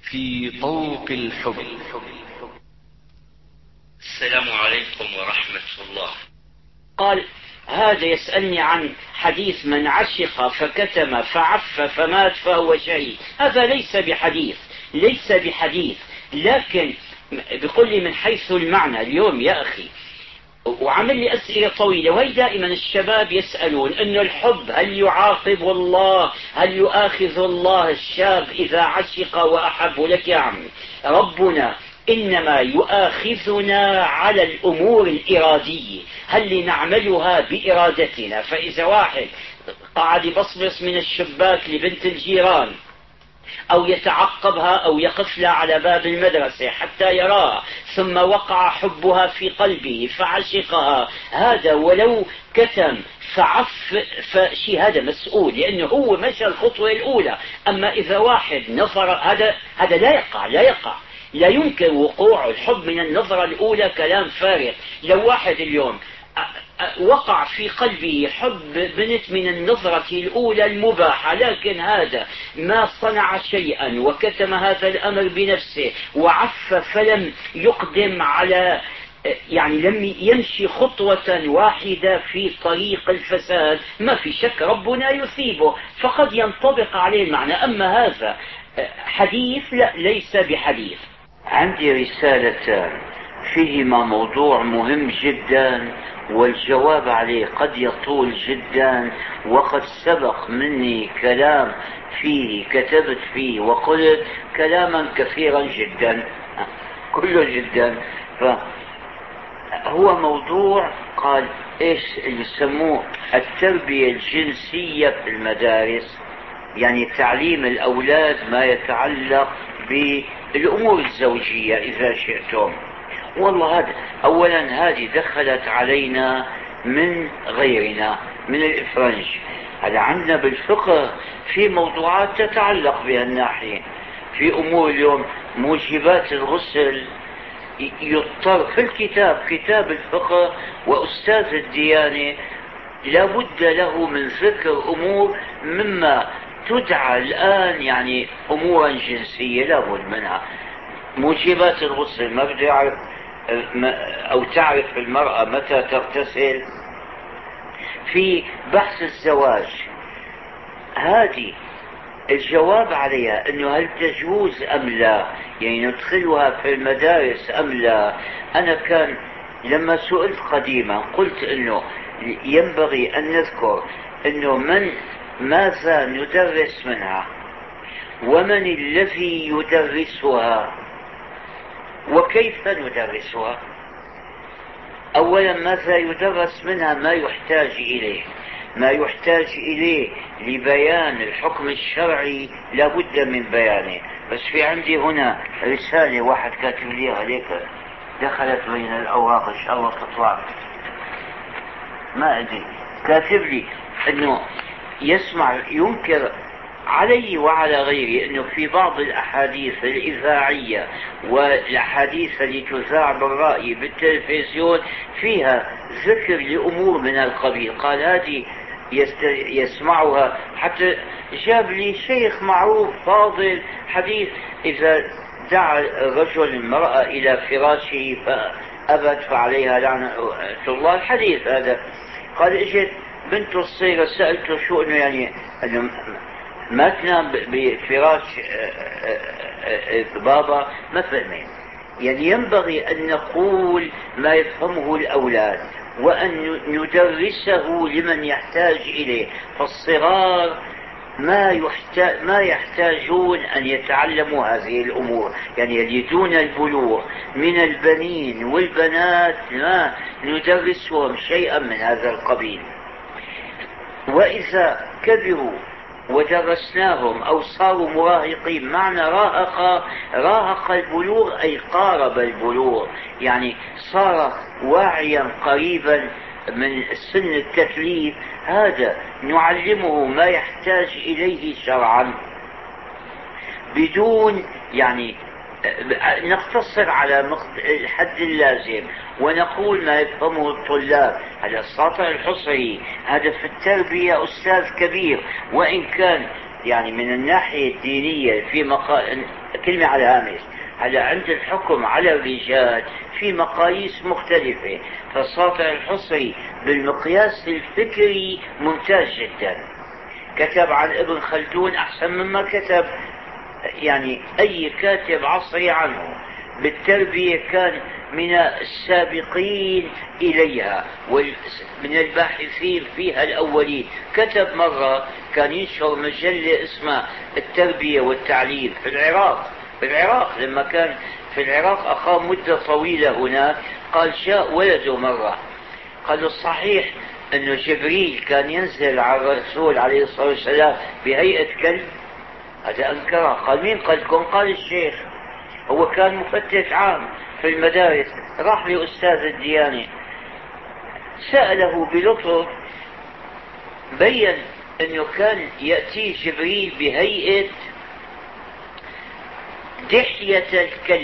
في طوق الحب. السلام عليكم ورحمة الله. قال: هذا يسألني عن حديث من عشق فكتم فعف فمات فهو شهيد. هذا ليس بحديث، لكن بيقول لي من حيث المعنى اليوم يا أخي، وعمل لي أسئلة طويلة. وهي دائما الشباب يسألون إنه الحب هل يعاقب الله، هل يؤاخذ الله الشاب إذا عشق وأحب؟ لك يا عمي، ربنا إنما يؤاخذنا على الأمور الإرادية، هل لنعملها بإرادتنا. فإذا واحد قاعد يبصبص من الشباك لبنت الجيران، أو يتعقبها أو يقف لها على باب المدرسة حتى يراها، ثم وقع حبها في قلبه فعشقها، هذا ولو كتم فعف فشي هذا مسؤول، لأنه هو مشى الخطوة الأولى. أما إذا واحد نظر، هذا لا يقع، لا يمكن وقوع الحب من النظرة الأولى، كلام فارغ. لو واحد اليوم وقع في قلبه حب بنت من النظرة الأولى المباحة، لكن هذا ما صنع شيئا وكتم هذا الأمر بنفسه وعف فلم يقدم على، يعني لم يمشي خطوة واحدة في طريق الفساد، ما في شك ربنا يثيبه، فقد ينطبق عليه المعنى. أما هذا حديث، لا، ليس بحديث. عندي رسالتان فيهما موضوع مهم جدا، والجواب عليه قد يطول جدا، وقد سبق مني كلام فيه، كتبت فيه وقلت كلاما كثيرا جدا، كله جدا. فهو موضوع، قال ايش اللي يسموه التربية الجنسية في المدارس، يعني تعليم الأولاد ما يتعلق بالأمور الزوجية إذا شئتم. والله هذا أولا هذه دخلت علينا من غيرنا، من الإفرنج. هذا عندنا بالفقه في موضوعات تتعلق بهالناحية، في أمور اليوم موجبات الغسل يضطر في الكتاب، كتاب الفقه وأستاذ الديانة لابد له من ذكر أمور مما تدعى الآن يعني أمورا جنسية لابد منها. موجبات الغسل ما بده يعرف، أو تعرف المرأة متى تغتسل. في بحث الزواج هذه الجواب عليها انه هل تجوز ام لا، يعني ندخلها في المدارس ام لا. انا كان لما سئلت قديما قلت انه ينبغي ان نذكر انه ماذا ندرس منها، ومن الذي يدرسها، وكيف ندرسها. اولا ماذا يدرس منها؟ ما يحتاج اليه لبيان الحكم الشرعي لابد من بيانه. بس في عندي هنا رسالة واحد كاتب لي عليك، دخلت بين الاوراق، ان شاء الله تطلع، ما ادري، كاتب لي انه ينكر علي وعلى غيري انه في بعض الاحاديث الاذاعية والاحاديث التي تذاع بالرأي بالتلفزيون فيها ذكر لامور من القبيل. قال هذه يسمعها، حتى جاب لي شيخ معروف فاضل حديث اذا دعا الرجل المرأة الى فراشه فابت فعليها لعنة الله، الحديث هذا. قال اجت بنته الصغيرة سألته شو انه يعني انه ما تنام بفراش بابا، ما فهمين. يعني ينبغي أن نقول ما يفهمه الأولاد وأن ندرسه لمن يحتاج إليه. فالصغار ما يحتاجون أن يتعلموا هذه الأمور، يعني اللي دون البلوغ من البنين والبنات ما ندرسهم شيئا من هذا القبيل. وإذا كبروا ودرسناهم أو صاروا مراهقين، معنى راهق البلوغ أي قارب البلوغ، يعني صار واعيا قريبا من سن التكليف، هذا نعلمه ما يحتاج إليه شرعا بدون يعني نقتصر على الحد اللازم ونقول ما يفهمه الطلاب. هذا الساطع الحصري هذا في التربية أستاذ كبير، وإن كان يعني من الناحية الدينية في كلمة على الهامش. هلا عند الحكم على الرجال في مقاييس مختلفة، فالساطع الحصري بالمقياس الفكري ممتاز جدا، كتب عن ابن خلدون أحسن مما كتب يعني أي كاتب عصري عنه. بالتربية كان من السابقين إليها ومن الباحثين فيها الأولين. كتب مرة كان ينشر مجلة اسمها التربية والتعليم في العراق لما كان في العراق أقام مدة طويلة هناك. قال جاء ولده مرة قال له صحيح أنه جبريل كان ينزل على الرسول عليه الصلاة والسلام بهيئة كلب؟ هذا أنكره. قال مين قال لكم؟ قال الشيخ، هو كان مفتش عام في المدارس، راح لأستاذ الديانة سأله بلطف، بين أنه كان يأتي جبريل بهيئة دحية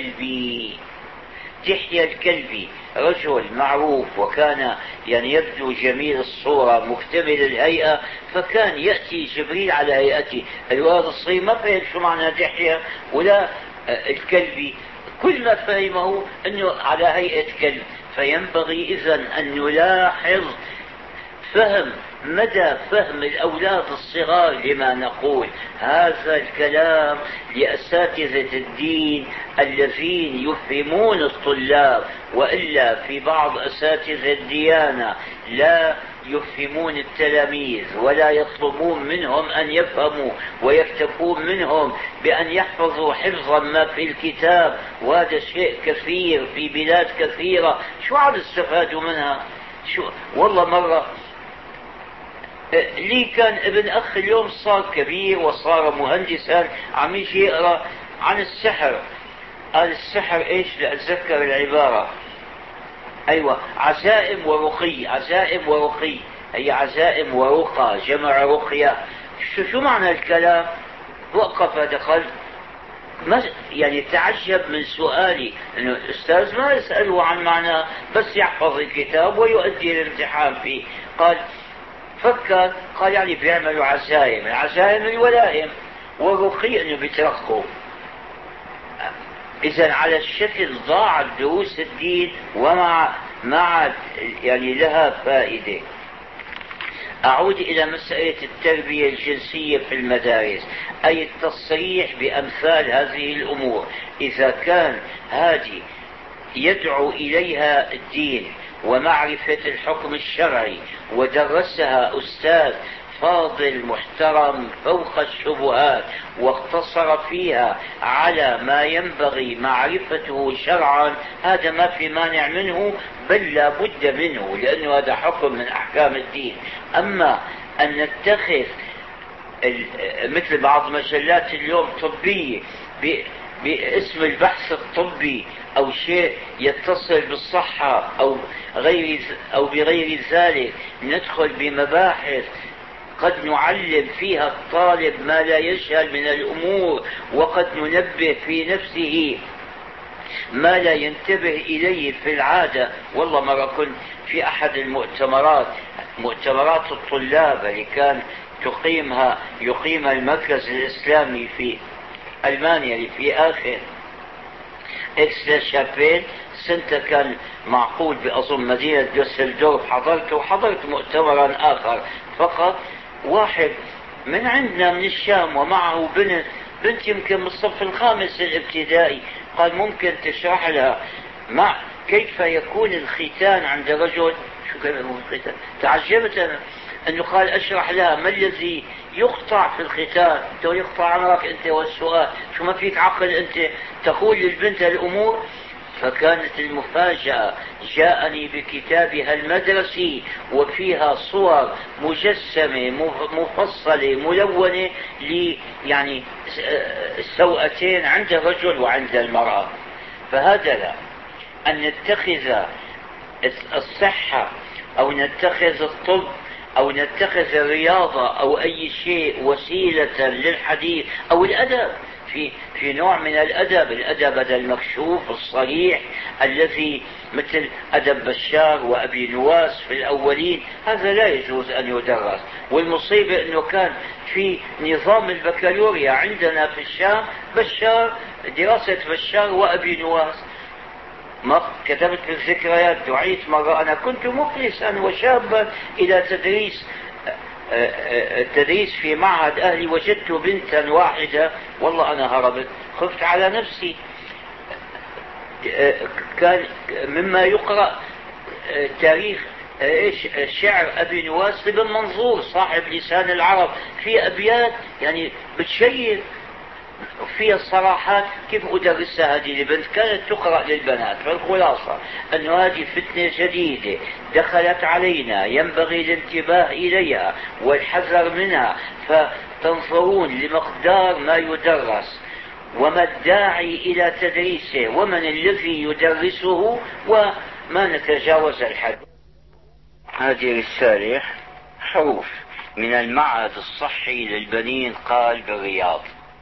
الكلب، رجل معروف وكان يعني يبدو جميل الصورة مكتمل الهيئة، فكان يأتي جبريل على هيئته. الولد الصغير ما فهم شو معنى دحية ولا الكلب، كل ما فهمه أنه على هيئة كلب. فينبغي إذن أن نلاحظ مدى فهم الأولاد الصغار لما نقول. هذا الكلام لأساتذة الدين الذين يفهمون الطلاب، وإلا في بعض أساتذة الديانة لا يفهمون التلاميذ ولا يطلبون منهم أن يفهموا، ويكتفون منهم بأن يحفظوا حفظا ما في الكتاب، وهذا شيء كثير في بلاد كثيرة. شو عاد استفادوا منها؟ والله مرة لي كان ابن أخ اليوم صار كبير وصار مهندسا، عم يجي يقرأ عن السحر. قال السحر إيش؟ لأتذكر العبارة، أيوة، عزائم ورقي، هي عزائم ورقى جمع رقية. شو معنى الكلام؟ وقف دخل يعني تعجب من سؤالي، انه الاستاذ ما يسأله عن معنى، بس يحفظ الكتاب ويؤدي الامتحان فيه. قال فكر، قال يعني بيعملوا عزائم الولائم، والرقي انه بيترقوا. اذا على الشكل ضاعت دروس الدين وما عاد يعني لها فائدة. أعود إلى مسألة التربية الجنسية في المدارس، أي التصريح بأمثال هذه الأمور إذا كان هذه يدعو إليها الدين ومعرفة الحكم الشرعي ودرسها أستاذ فاضل محترم فوق الشبهات واقتصر فيها على ما ينبغي معرفته شرعا، هذا ما في مانع منه، بل لا بد منه، لأنه هذا حكم من أحكام الدين. أما أن نتخذ مثل بعض مجلات اليوم طبية باسم البحث الطبي أو شيء يتصل بالصحة أو بغير ذلك، ندخل بمباحث قد نعلم فيها الطالب ما لا يجهل من الأمور، وقد ننبه في نفسه ما لا ينتبه إليه في العادة. والله مرة كنت في أحد مؤتمرات الطلاب اللي كان يقيمها المركز الإسلامي في ألمانيا، اللي في آخر إكس شابيل سنة كان معقود بأظن مدينة دوسلدورف. حضرت مؤتمرا آخر، فقط واحد من عندنا من الشام ومعه بنت يمكن من الصف الخامس الابتدائي. قال ممكن تشرح لها كيف يكون الختان عند رجل؟ شو كيف يكون الختان؟ تعجبت أنا أنه قال أشرح لها ما الذي يقطع في الختان. تقول يقطع عمرك أنت والسؤال، شو ما فيك عقل أنت تقول للبنت الأمور؟ فكانت المفاجأة جاءني بكتابها المدرسي وفيها صور مجسمة مفصلة ملونة يعني السوأتين عند الرجل وعند المرأة. فهذا لا، أن نتخذ الصحة أو نتخذ الطب أو نتخذ الرياضة أو أي شيء وسيلة للحديث أو الأدب. في نوع من الأدب المكشوف الصريح الذي مثل أدب بشار وأبي نواس في الأولين، هذا لا يجوز أن يدرس. والمصيبة أنه كان في نظام البكالوريا عندنا في الشام بشار، دراسة بشار وأبي نواس. ما كتبت في الذكريات، دعيت مرة أنا كنت مخلصا وشابا إلى التدريس في معهد أهلي، وجدت بنتا واحدة، والله أنا هربت، خفت على نفسي. كان مما يقرأ تاريخ شعر أبي نواس بن منظور صاحب لسان العرب، في أبيات يعني بتشير فيها الصراحات. كيف أدرسها هذه البنت؟ كانت تقرأ للبنات. فالخلاصة أن هذه فتنة جديدة دخلت علينا، ينبغي الانتباه إليها والحذر منها. فتنظرون لمقدار ما يدرس وما الداعي إلى تدريسه ومن الذي يدرسه، وما نتجاوز الحد. هذه رسالة حروف من المعهد الصحي للبنين قال بالرياض.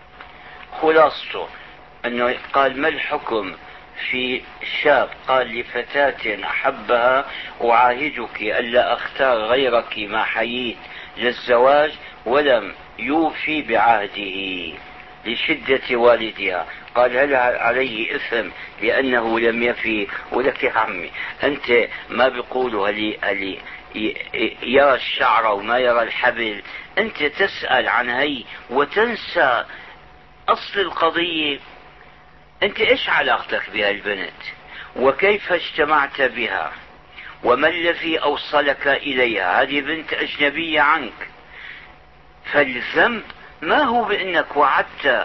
خلاصته أنه قال: ما الحكم في شاب قال لفتاة أحبها: أعاهدك ألا أختار غيرك ما حييت للزواج، ولم يوفي بعهده لشدة والدها. قال: هل عليه إثم لأنه لم يفي؟ ولك يا عمي، أنت ما بيقولوا هل يرى الشعر وما يرى الحبل؟ أنت تسأل عن هي وتنسى أصل القضية. أنت إيش علاقتك بها البنت؟ وكيف اجتمعت بها؟ وما الذي أوصلك إليها؟ هذه بنت أجنبية عنك. فالذنب ما هو بأنك وعدت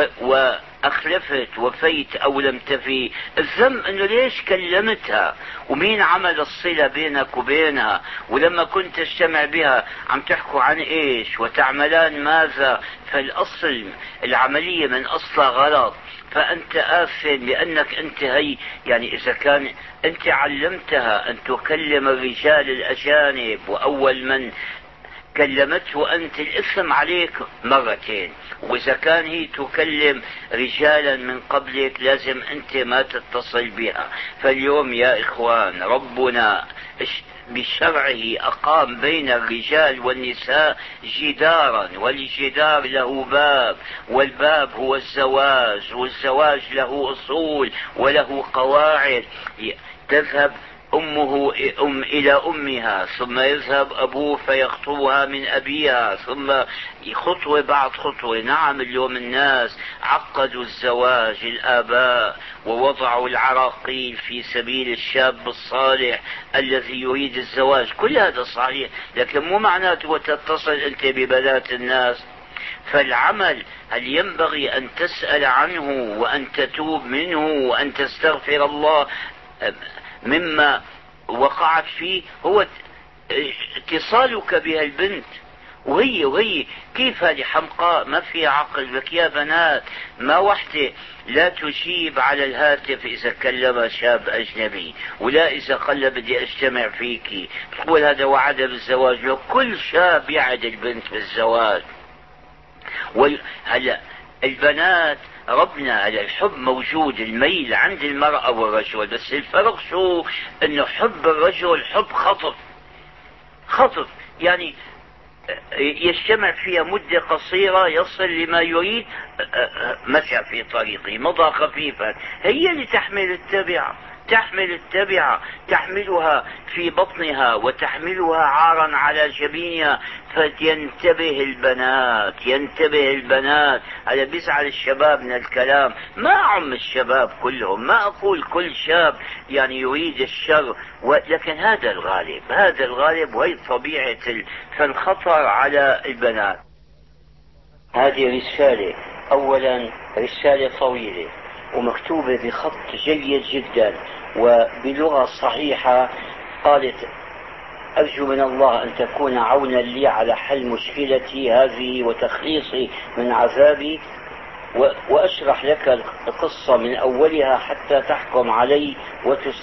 وأخلفت وفيت أو لم تفي. الذنب أنه ليش كلمتها، ومين عمل الصلة بينك وبينها، ولما كنت تجتمع بها عم تحكوا عن إيش وتعملان ماذا. فالأصل العملية من أصلها غلط. فأنت آثم لأنك أنت هي يعني إذا كان أنت علمتها أن تكلم الرجال الأجانب، وأول من كلمته أنت، الإثم عليك مرتين. وإذا كان هي تكلم رجالا من قبلك لازم أنت ما تتصل بها. فاليوم يا إخوان ربنا بشرعه أقام بين الرجال والنساء جدارا، والجدار له باب، والباب هو الزواج، والزواج له أصول وله قواعد. تذهب أمه إلى أمها، ثم يذهب أبوه فيخطبها من أبيها، ثم خطوة بعد خطوة. نعم اليوم الناس عقدوا الزواج، الآباء، ووضعوا العراقيل في سبيل الشاب الصالح الذي يريد الزواج. كل هذا صحيح، لكن مو معناته تتصل أنت ببنات الناس. فالعمل هل ينبغي أن تسأل عنه وأن تتوب منه وأن تستغفر الله مما وقعت فيه، هو اتصالك بها البنت. وهي كيف هذه حمقاء ما في عقل. لك يا بنات ما وحدة لا تجيب على الهاتف إذا كلم شاب أجنبي، ولا إذا قال بدي أجتمع فيك تقول هذا وعد بالزواج. لو كل شاب يعد البنت بالزواج. هلا البنات ربنا على الحب موجود، الميل عند المرأة والرجل، بس الفرق شو؟ انه حب الرجل حب خطف يعني يجتمع فيها مدة قصيرة يصل لما يريد، مشى في طريقه مضى خفيفا. هي اللي تحمل التبعة تحملها في بطنها وتحملها عارا على جبينها. فينتبه البنات. هذا بيزعل الشباب من الكلام. ما أعم الشباب كلهم، ما أقول كل شاب يعني يريد الشر، لكن هذا الغالب وهي طبيعة فالخطر على البنات. هذه رسالة، أولا رسالة طويلة ومكتوبة بخط جيد جدا وبلغة صحيحة. قالت: أرجو من الله أن تكون عونا لي على حل مشكلتي هذه وتخليصي من عذابي، وأشرح لك القصة من أولها حتى تحكم علي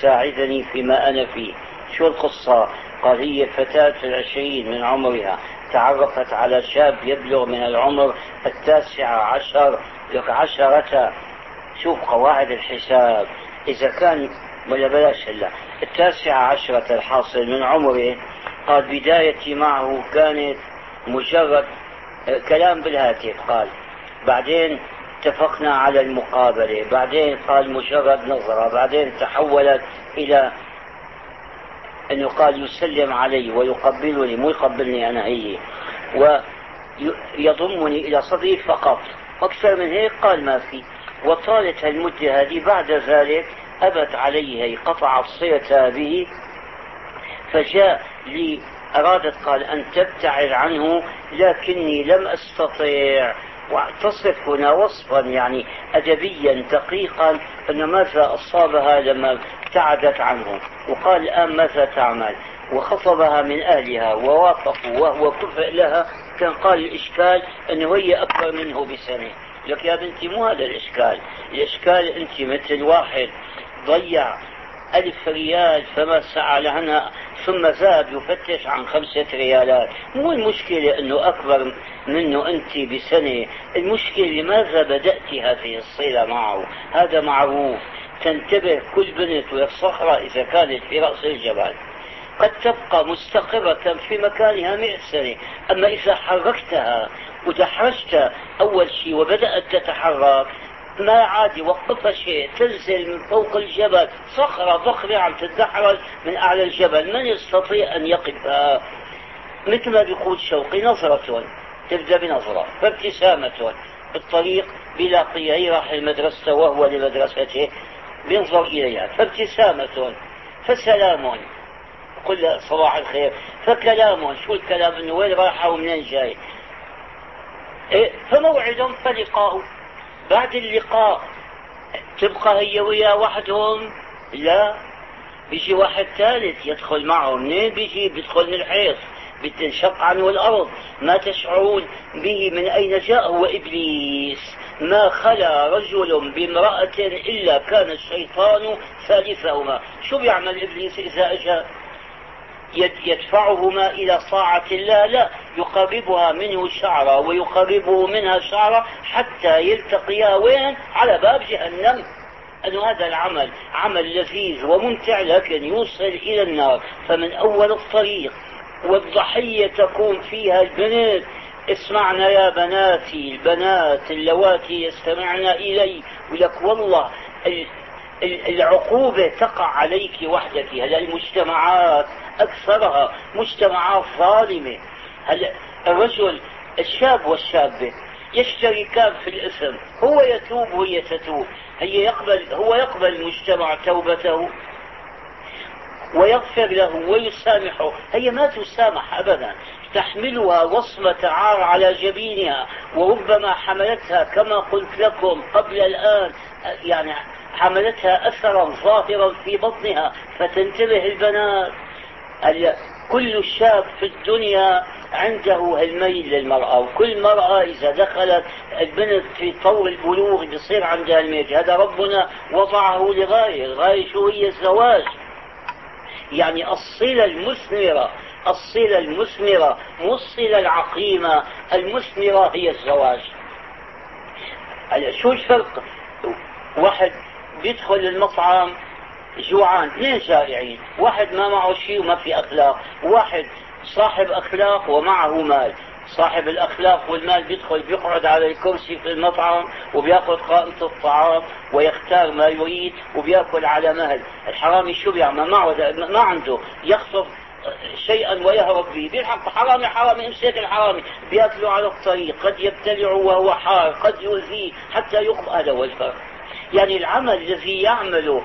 وتساعدني فيما أنا فيه. شو القصة؟ قال: هي فتاة 20 من عمرها تعرفت على شاب يبلغ من العمر 19 لك 10. شوف قواعد الحساب، إذا كان ولا بلاش هلا 19 الحاصل من عمره. قال بدايتي معه كانت مجرد كلام بالهاتف، قال بعدين اتفقنا على المقابلة، بعدين قال مجرد نظرة، بعدين تحولت إلى أنه قال يسلم علي ويقبلني، مو يقبلني أنا، هي ويضمني إلى صدري فقط، أكثر من هيك قال ما في. وطالت المدة هذه، بعد ذلك أبت عليه، هي قطعت صلتها به، فجاء لي أرادت قال أن تبتعد عنه، لكني لم أستطيع. وتصف هنا وصفا يعني أدبيا دقيقا أن ماذا أصابها لما ابتعدت عنه. وقال الآن ماذا تعمل؟ وخطبها من أهلها ووافقوا وهو كفء لها. كان قال الإشكال أنه هي أكبر منه بسنة. لك يا بنتي مو هذا الإشكال، الإشكال أنت مثل واحد ضيع 1000 ريال فما سأل عنها ثم ذهب يفتش عن 5 ريالات. مو المشكلة أنه أكبر منه أنت بسنة، المشكلة لماذا بدأت هذه الصلة معه. هذا معروف. تنتبه كل بنت والصخرة إذا كانت في رأس الجبل قد تبقى مستقرة في مكانها 100 سنة، أما إذا حركتها ودحرجتها أول شيء وبدأت تتحرك، ما عاد يوقفها شيء، تنزل من فوق الجبل صخرة ضخمة عم تتدحرج من أعلى الجبل، من يستطيع أن يقفها؟ مثل ما بيقول شوقي، نظرة تبدأ بنظرة فابتسامة بالطريق بلاقيها، هي راح المدرسة وهو لمدرسته بينظر إليها، فابتسامة، فسلام، قل صباح الخير، فكلام، شو الكلام؟ انه وين رايحة ومنين جاي؟ فموعد فلقاء. بعد اللقاء تبقى هي ويا وحدهم؟ لا، بيجي واحد ثالث يدخل معهم. منين بيجي؟ بيدخل من الحيط، بتنشق عنه الأرض، ما تشعرون به من أين جاء. هو إبليس. ما خلا رجل بامرأة إلا كان الشيطان ثالثهما. شو بيعمل إبليس إذا أجا؟ يدفعهما إلى طاعة الله؟ لا، يقربها منه شعرة ويقربه منها شعرة حتى يلتقيا وين؟ على باب جهنم. أنه هذا العمل عمل لذيذ وممتع لكن يوصل إلى النار. فمن أول الطريق والضحية تكون فيها البنات. اسمعنا يا بناتي، البنات اللواتي يستمعن إلي، ولك والله العقوبة تقع عليك وحدك. هلا المجتمعات أكثرها مجتمعات ظالمة. هلا الرجل الشاب والشابة يشتركان في الإثم، هو يتوب وهي تتوب. هو يقبل المجتمع توبته ويغفر له ويسامحه، هي ما تسامح أبدا. تحملها وصمة عار على جبينها، وربما حملتها كما قلت لكم قبل الآن، يعني حملتها أثرا ظاهرا في بطنها. فتنتبه البنات. كل شاب في الدنيا عنده الميل للمرأة، وكل مرأة إذا دخلت البنت في طور البلوغ بيصير عندها الميل. هذا ربنا وضعه لغاية. الغاية شو هي؟ الزواج. يعني الصلة المثمرة، الصلة المثمرة مو الصلة العقيمة، المثمرة هي الزواج. شو الفرق؟ واحد بيدخل المطعم جوعان، 2 جائعين، واحد ما معه شيء وما في أخلاق، واحد صاحب أخلاق ومعه مال. صاحب الأخلاق والمال بيدخل بيقعد على الكرسي في المطعم وبيأخذ قائمة الطعام ويختار ما يريد وبيأكل على مهل. الحرامي شو بيعمل؟ ما عنده، يخطف شيئا ويهرب به، بيلحق حرامي، حرامي امسك الحرامي، بيأكله على الطريق، قد يبتلعه وهو حار، قد يؤذيه حتى يقبل. هذا هو الفرق. يعني العمل الذي يعمله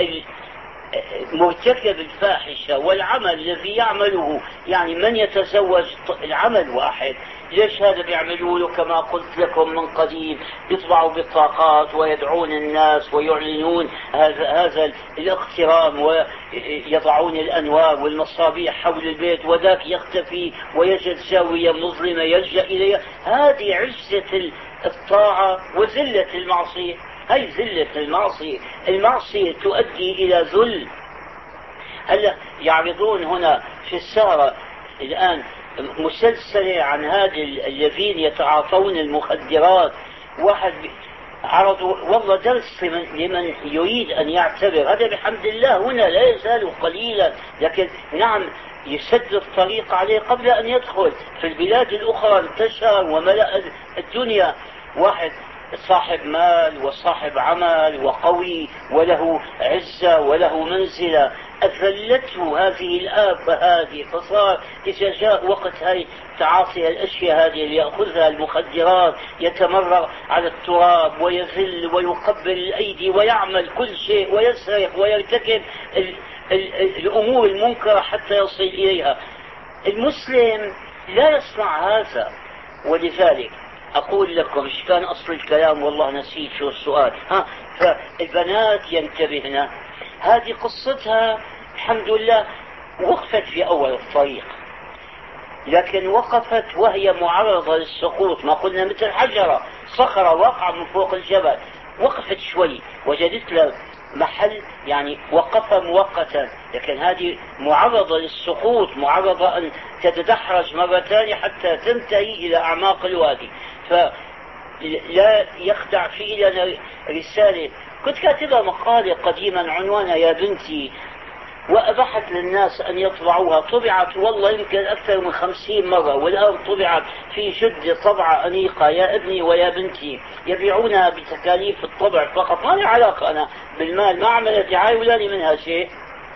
مرتكب الفاحشة والعمل الذي يعمله يعني من يتزوج العمل واحد. ليش هذا بيعملوا له؟ كما قلت لكم من قديم، يطبعوا بطاقات ويدعون الناس ويعلنون هذا الاقترام، ويضعون الأنوار والمصابيح حول البيت، وذاك يختفي ويجد زاوية مظلمة يلجأ إليها. هذه عزة الطاعة وذلة المعصية. هي ذلة المعصية. المعصية تؤدي إلى ذل. هلا يعرضون هنا في السهرة الآن مسلسلة عن هذه الذين يتعاطون المخدرات. واحد عرضوا والله درس لمن يريد أن يعتبر، هذا بحمد الله هنا لا يزال قليلا، لكن نعم يسد الطريق عليه قبل أن يدخل. في البلاد الأخرى انتشر وملأ الدنيا. واحد صاحب مال وصاحب عمل وقوي وله عزة وله منزلة، أذلته هذه الآفة هذه، فصار إذا جاء وقت هاي تعاطي الأشياء هذه اللي يأخذها المخدرات يتمرغ على التراب ويذل ويقبل الأيدي ويعمل كل شيء ويسرق ويرتكب الأمور المنكرة حتى يصل إليها. المسلم لا يصنع هذا. ولذلك أقول لكم إيش كان أصل الكلام، والله نسيت شو السؤال. فالبنات ينتبهن، هذه قصتها الحمد لله وقفت في أول الطريق، لكن وقفت وهي معرضة للسقوط. ما قلنا مثل حجرة صخرة واقعة من فوق الجبل، وقفت شوي وجدت له محل، يعني وقفة مؤقتا، لكن هذه معرضة للسقوط، معرضة أن تتدحرج مرة ثانية حتى تنتهي إلى أعماق الوادي. فلا يخدع في لنا رسالة كنت كاتبها مقالة قديما عنوانها يا بنتي، وأبحت للناس أن يطبعوها. طبعت والله يمكن أكثر من 50 مرة، والآن طبعت في جدة طبعة أنيقة، يا ابني ويا بنتي، يبيعونها بتكاليف الطبع فقط، ما لي علاقة أنا بالمال، ما عملت دعاية ولا لي منها شيء.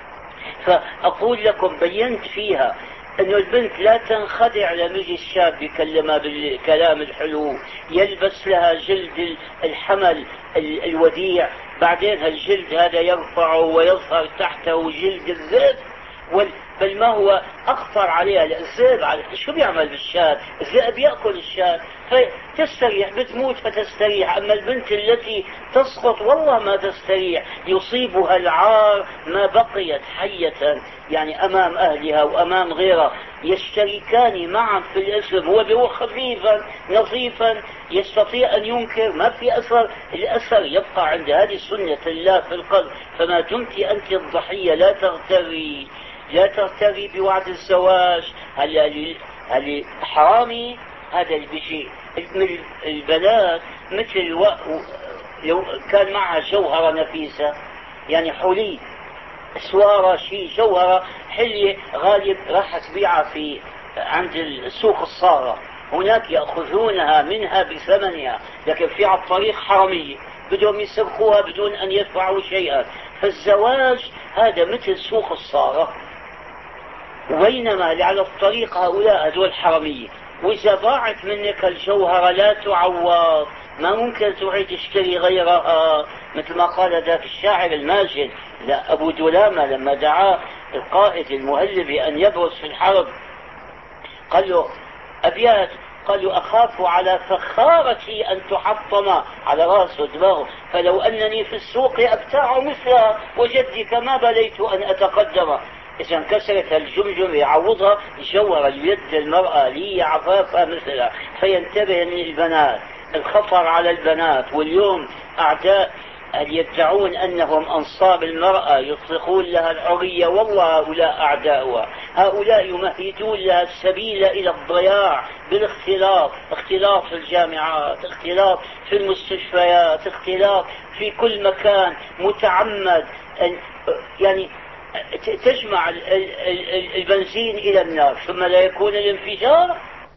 فأقول لكم بينت فيها أنه البنت لا تنخدع لما يجي الشاب يكلمها بالكلام الحلو، يلبس لها جلد الحمل الوديع، بعدين هالجلد هذا يرفعه ويظهر تحته جلد الذئب. بل ما هو أخطر عليها الذئب، شو بيعمل بالشاة؟ الذئب يأكل الشاة فتستريح، بتموت فتستريح. أما البنت التي تسقط والله ما تستريح، يصيبها العار ما بقيت حية، يعني أمام أهلها وأمام غيرها، يشتركان معا في الإثم. هو بيروح خفيفا نظيفا يستطيع أن ينكر، ما في أثر، الأثر يبقى عند هذه سنة الله في القلب. فما دمت أنت الضحية لا تغتري، لا تغتري بوعد الزواج. هل حرامي هذا اللي بيجي من البنات، مثل لو كان معها جوهرة نفيسة، يعني حلي سوارة شيء جوهرة حلية غالب، راح تبيعها في عند السوق الصاغة، هناك يأخذونها منها بثمنها، لكن في على الطريق حرامية بدهم يسرقوها بدون أن يدفعوا شيئا. فالزواج هذا مثل سوق الصاغة، وبينما اللي على الطريق هؤلاء هذول حرامية. وإذا ضاعت منك الجوهرة لا تعوض، ما ممكن تعيد تشتري غيرها. مثل ما قال ذاك الشاعر الماجد لا أبو دلامة لما دعاه القائد المهلب أن يبرز في الحرب، قال له أبيات، قال له أخاف على فخارتي أن تحطم على رأسه دماغه، فلو أنني في السوق أبتاع مثلها وجدك ما بليت أن أتقدم. إذا انكسرت الجمجم يعوضها جوهر اليد المرأة لي عفافها مثلها. فينتبه من البنات، الخطر على البنات. واليوم أعداء يدعون أنهم أنصاب المرأة يطلقون لها الحرية، والله هؤلاء أعداؤها، هؤلاء يمهدون لها السبيل إلى الضياع بالاختلاط، اختلاط في الجامعات، اختلاط في المستشفيات، اختلاط في كل مكان متعمد، يعني تجمع البنزين إلى النار ثم لا يكون الانفجار.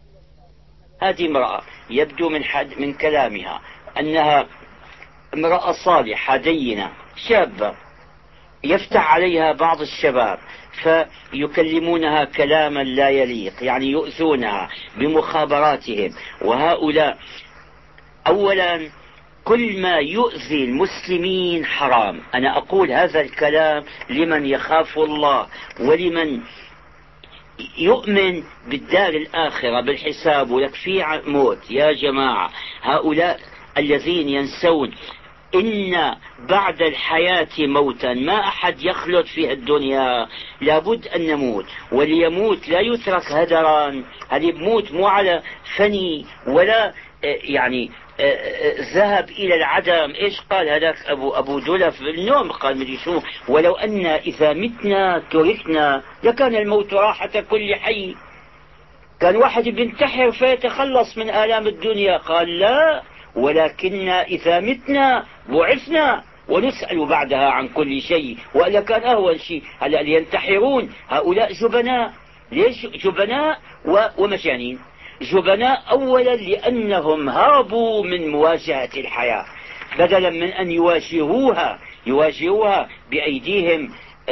هذه امرأة يبدو من كلامها أنها امرأة صالحة دينة شابة، يفتح عليها بعض الشباب فيكلمونها كلاما لا يليق، يعني يؤذونها بمخابراتهم. وهؤلاء أولا كل ما يؤذي المسلمين حرام. أنا أقول هذا الكلام لمن يخاف الله ولمن يؤمن بالدار الآخرة بالحساب ويكفي موت. يا جماعة هؤلاء الذين ينسون إن بعد الحياة موتا، ما أحد يخلد في الدنيا، لابد أن نموت، وليموت لا يترك هدرا. هل بموت مو على فني ولا يعني ذهب إلى العدم. إيش قال هذاك أبو دلف النوم؟ قال مدري شو، ولو أن إذا متنا تركنا لكان الموت راحة كل حي. كان واحد بينتحر فيتخلص من آلام الدنيا، قال لا، ولكننا إذا متنا بعثنا ونسأل بعدها عن كل شيء، وإلا كان أهون شيء. هلأ ينتحرون هؤلاء جبناء. ليش جبناء ومجانين؟ جبناء أولا لأنهم هربوا من مواجهة الحياة، بدلا من أن يواجهوها بأيديهم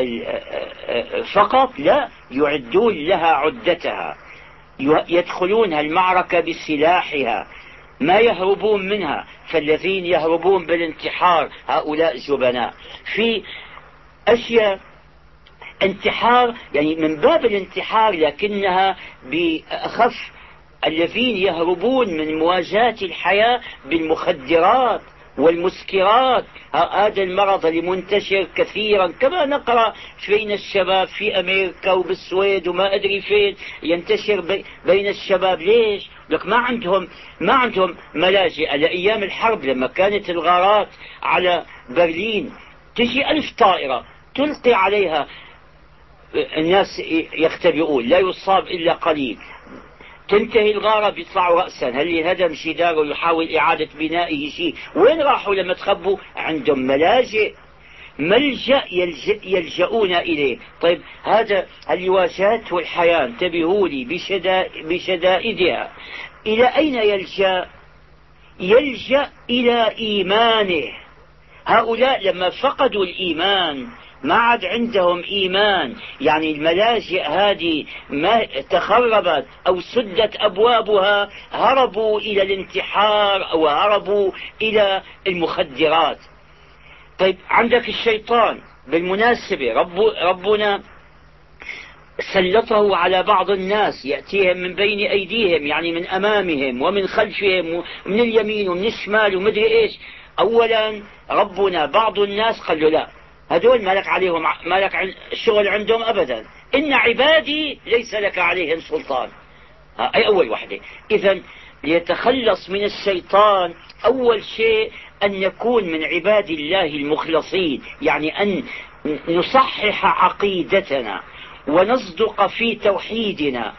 فقط، لا، يعدون لها عدتها، يدخلون المعركة بسلاحها، ما يهربون منها. فالذين يهربون بالانتحار هؤلاء جبناء. في أشياء انتحار يعني من باب الانتحار لكنها بأخف، الذين يهربون من مواجهة الحياة بالمخدرات والمسكرات. هذا المرض المنتشر كثيرا كما نقرأ بين الشباب في أمريكا وبالسويد وما أدري فين، ينتشر بين الشباب. ليش؟ لك ما عندهم ملاجئ. لأيام الحرب لما كانت الغارات على برلين تجي 1000 طائرة تلقي عليها، الناس يختبئون، لا يصاب إلا قليل، تنتهي الغارة بيطلعوا رأسا، هل هدم جداره يحاول إعادة بنائه شيء. وين راحوا لما تخبوا؟ عندهم ملجأ يلجؤون إليه. طيب هذا اللي واجهته الحياة، انتبهوا لي بشدائدها، إلى أين يلجأ إلى إيمانه. هؤلاء لما فقدوا الإيمان ما عاد عندهم إيمان، يعني الملاجئ هذه ما تخربت أو سدت أبوابها، هربوا إلى الانتحار أو هربوا إلى المخدرات. طيب عندك الشيطان بالمناسبة، ربنا سلطه على بعض الناس، يأتيهم من بين أيديهم يعني من أمامهم ومن خلفهم ومن اليمين ومن الشمال ومدري إيش. أولا ربنا بعض الناس قال له لا، هدول ما لك شغل عندهم أبدا، إن عبادي ليس لك عليهم سلطان. أي أول وحدة. إذن ليتخلص من الشيطان أول شيء أن يكون من عباد الله المخلصين، يعني أن نصحح عقيدتنا ونصدق في توحيدنا،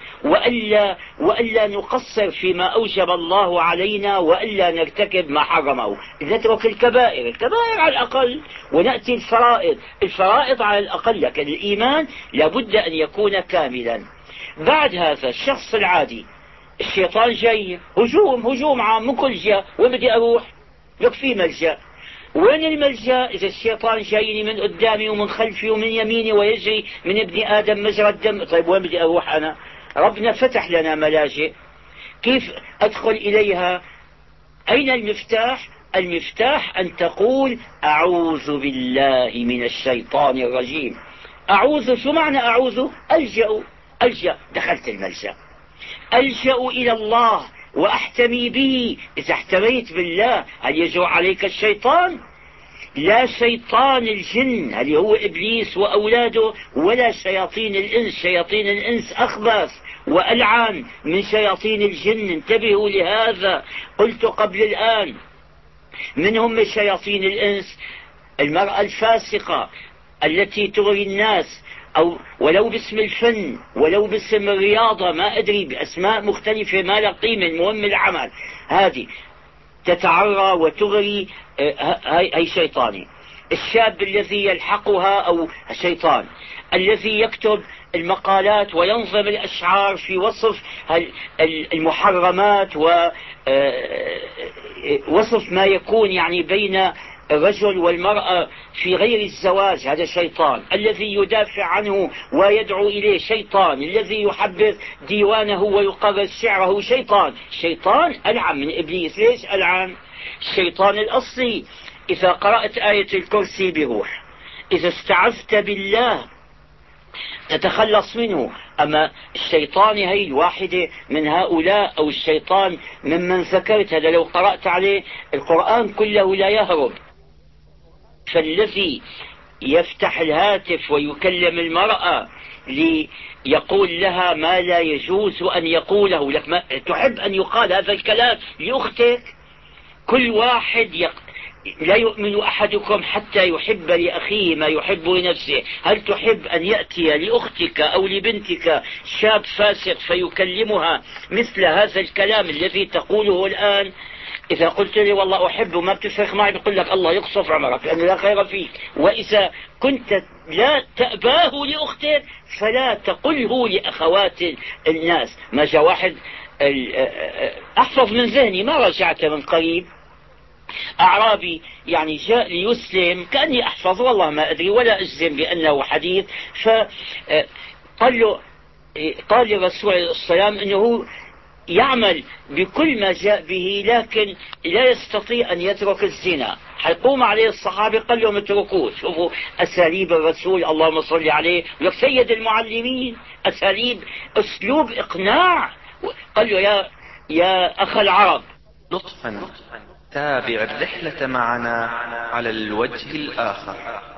وألا نقصر فيما أوجب الله علينا، وألا نرتكب ما حرمه. نترك الكبائر على الأقل، ونأتي الفرائض على الأقل، لكن الإيمان لابد أن يكون كاملا. بعد هذا الشخص العادي الشيطان جاي هجوم عام من كل جهة، وين بدي أروح؟ لك في ملجأ. وين الملجأ؟ إذا الشيطان جايني من قدامي ومن خلفي ومن يميني ويجري من ابن آدم مجرى الدم، طيب وين بدي أروح أنا؟ ربنا فتح لنا ملاجئ، كيف أدخل إليها؟ أين المفتاح؟ المفتاح أن تقول أعوذ بالله من الشيطان الرجيم. أعوذ، شو معنى أعوذ؟ ألجأ، دخلت الملجأ، ألجأ إلى الله وأحتمي به. إذا احتميت بالله هل يجرؤ عليك الشيطان؟ لا شيطان الجن اللي هو إبليس وأولاده، ولا شياطين الإنس. شياطين الإنس أخبث وألعن من شياطين الجن، انتبهوا لهذا. قلت قبل الآن من هم شياطين الإنس؟ المرأة الفاسقة التي تغري الناس، أو ولو باسم الفن، ولو باسم الرياضة، ما أدري، بأسماء مختلفة ما لها قيمة، المهم العمل، هذه تتعرى وتغري، هي شيطاني. الشاب الذي يلحقها أو شيطان، الذي يكتب المقالات وينظم الأشعار في وصف المحرمات ووصف ما يكون يعني بين الرجل والمرأة في غير الزواج، هذا شيطان. الذي يدافع عنه ويدعو إليه شيطان. الذي يحبذ ديوانه ويقرر شعره شيطان ألعن من إبليس. ليش ألعن؟ الشيطان الأصلي إذا قرأت آية الكرسي بروح، إذا استعذت بالله تتخلص منه. أما الشيطان هي الواحدة من هؤلاء، أو الشيطان ممن ذكرت، هذا لو قرأت عليه القرآن كله لا يهرب. فالذي يفتح الهاتف ويكلم المرأة ليقول لها ما لا يجوز أن يقوله لك، ما تحب أن يقال هذا الكلام لأختك، كل واحد لا يؤمن أحدكم حتى يحب لأخيه ما يحب لنفسه. هل تحب أن يأتي لأختك أو لبنتك شاب فاسق فيكلمها مثل هذا الكلام الذي تقوله الآن؟ إذا قلت لي والله أحب وما بتفرق معي، بقول لك الله يقصف عمرك لأنه لا خير فيك. وإذا كنت لا تأباه لأختك فلا تقله لأخوات الناس. ما جاء واحد أحفظ من ذهني، ما رجعت من قريب، أعرابي يعني جاء ليسلم، كأني أحفظ والله ما أدري ولا أجزم بأنه حديث، فقال له، قال للرسول عليه السلام أنه يعمل بكل ما جاء به لكن لا يستطيع أن يترك الزنا. حيقوم عليه الصحابة قال لهم اتركوه. شوفوا أساليب الرسول، اللهم صل عليه، سيد المعلمين، أسلوب إقناع. قال له يا أخ العرب، لطفا تابع الرحلة معنا على الوجه الآخر.